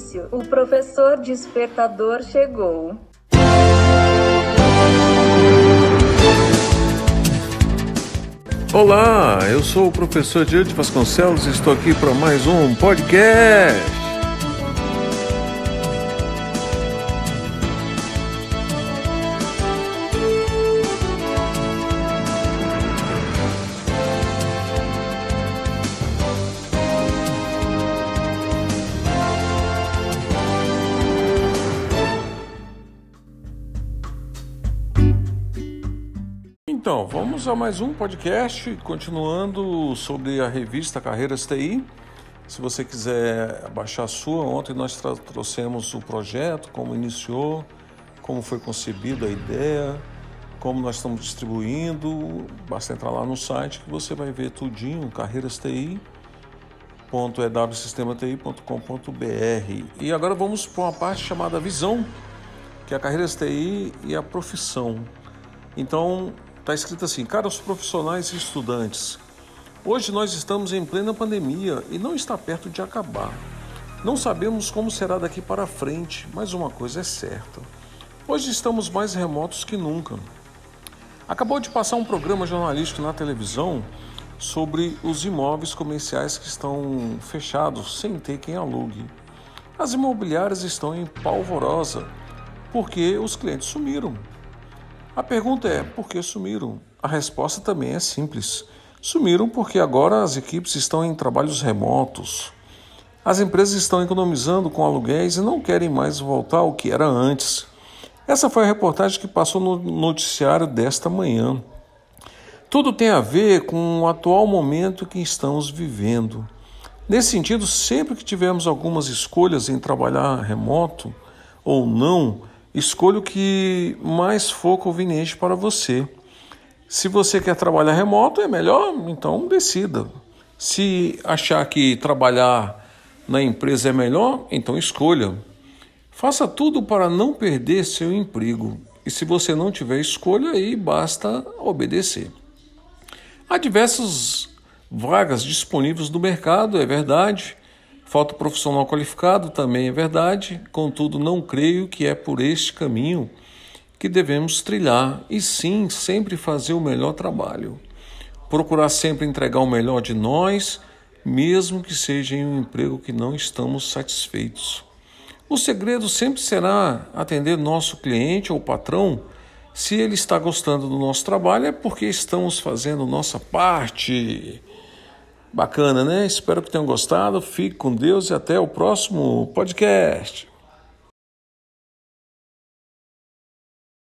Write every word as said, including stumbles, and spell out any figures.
silêncio, o professor despertador chegou. Olá, eu sou o professor Diante Vasconcelos e estou aqui para mais um podcast. Então, vamos a mais um podcast, continuando sobre a revista Carreiras T I. Se você quiser baixar a sua, ontem nós tra- trouxemos o projeto, como iniciou, como foi concebida a ideia, como nós estamos distribuindo. Basta entrar lá no site que você vai ver tudinho, carreiras t i ponto e w sistema t i ponto com ponto b r. E agora vamos para uma parte chamada visão, que é a Carreiras T I e a profissão. Então, está escrito assim: caros profissionais e estudantes, hoje nós estamos em plena pandemia e não está perto de acabar. Não sabemos como será daqui para frente, mas uma coisa é certa: hoje estamos mais remotos que nunca. Acabou de passar um programa jornalístico na televisão sobre os imóveis comerciais que estão fechados sem ter quem alugue. As imobiliárias estão em polvorosa porque os clientes sumiram. A pergunta é: por que sumiram? A resposta também é simples. Sumiram porque agora as equipes estão em trabalhos remotos. As empresas estão economizando com aluguéis e não querem mais voltar ao que era antes. Essa foi a reportagem que passou no noticiário desta manhã. Tudo tem a ver com o atual momento que estamos vivendo. Nesse sentido, sempre que tivermos algumas escolhas em trabalhar remoto ou não, escolha o que mais for conveniente para você. Se você quer trabalhar remoto, é melhor, então decida. Se achar que trabalhar na empresa é melhor, então escolha. Faça tudo para não perder seu emprego. E se você não tiver escolha, aí basta obedecer. Há diversas vagas disponíveis no mercado, é verdade. Falta profissional qualificado, também é verdade. Contudo, não creio que é por este caminho que devemos trilhar, e sim sempre fazer o melhor trabalho. Procurar sempre entregar o melhor de nós, mesmo que seja em um emprego que não estamos satisfeitos. O segredo sempre será atender nosso cliente ou patrão. Se ele está gostando do nosso trabalho, é porque estamos fazendo nossa parte. Bacana, né? Espero que tenham gostado. Fique com Deus e até o próximo podcast.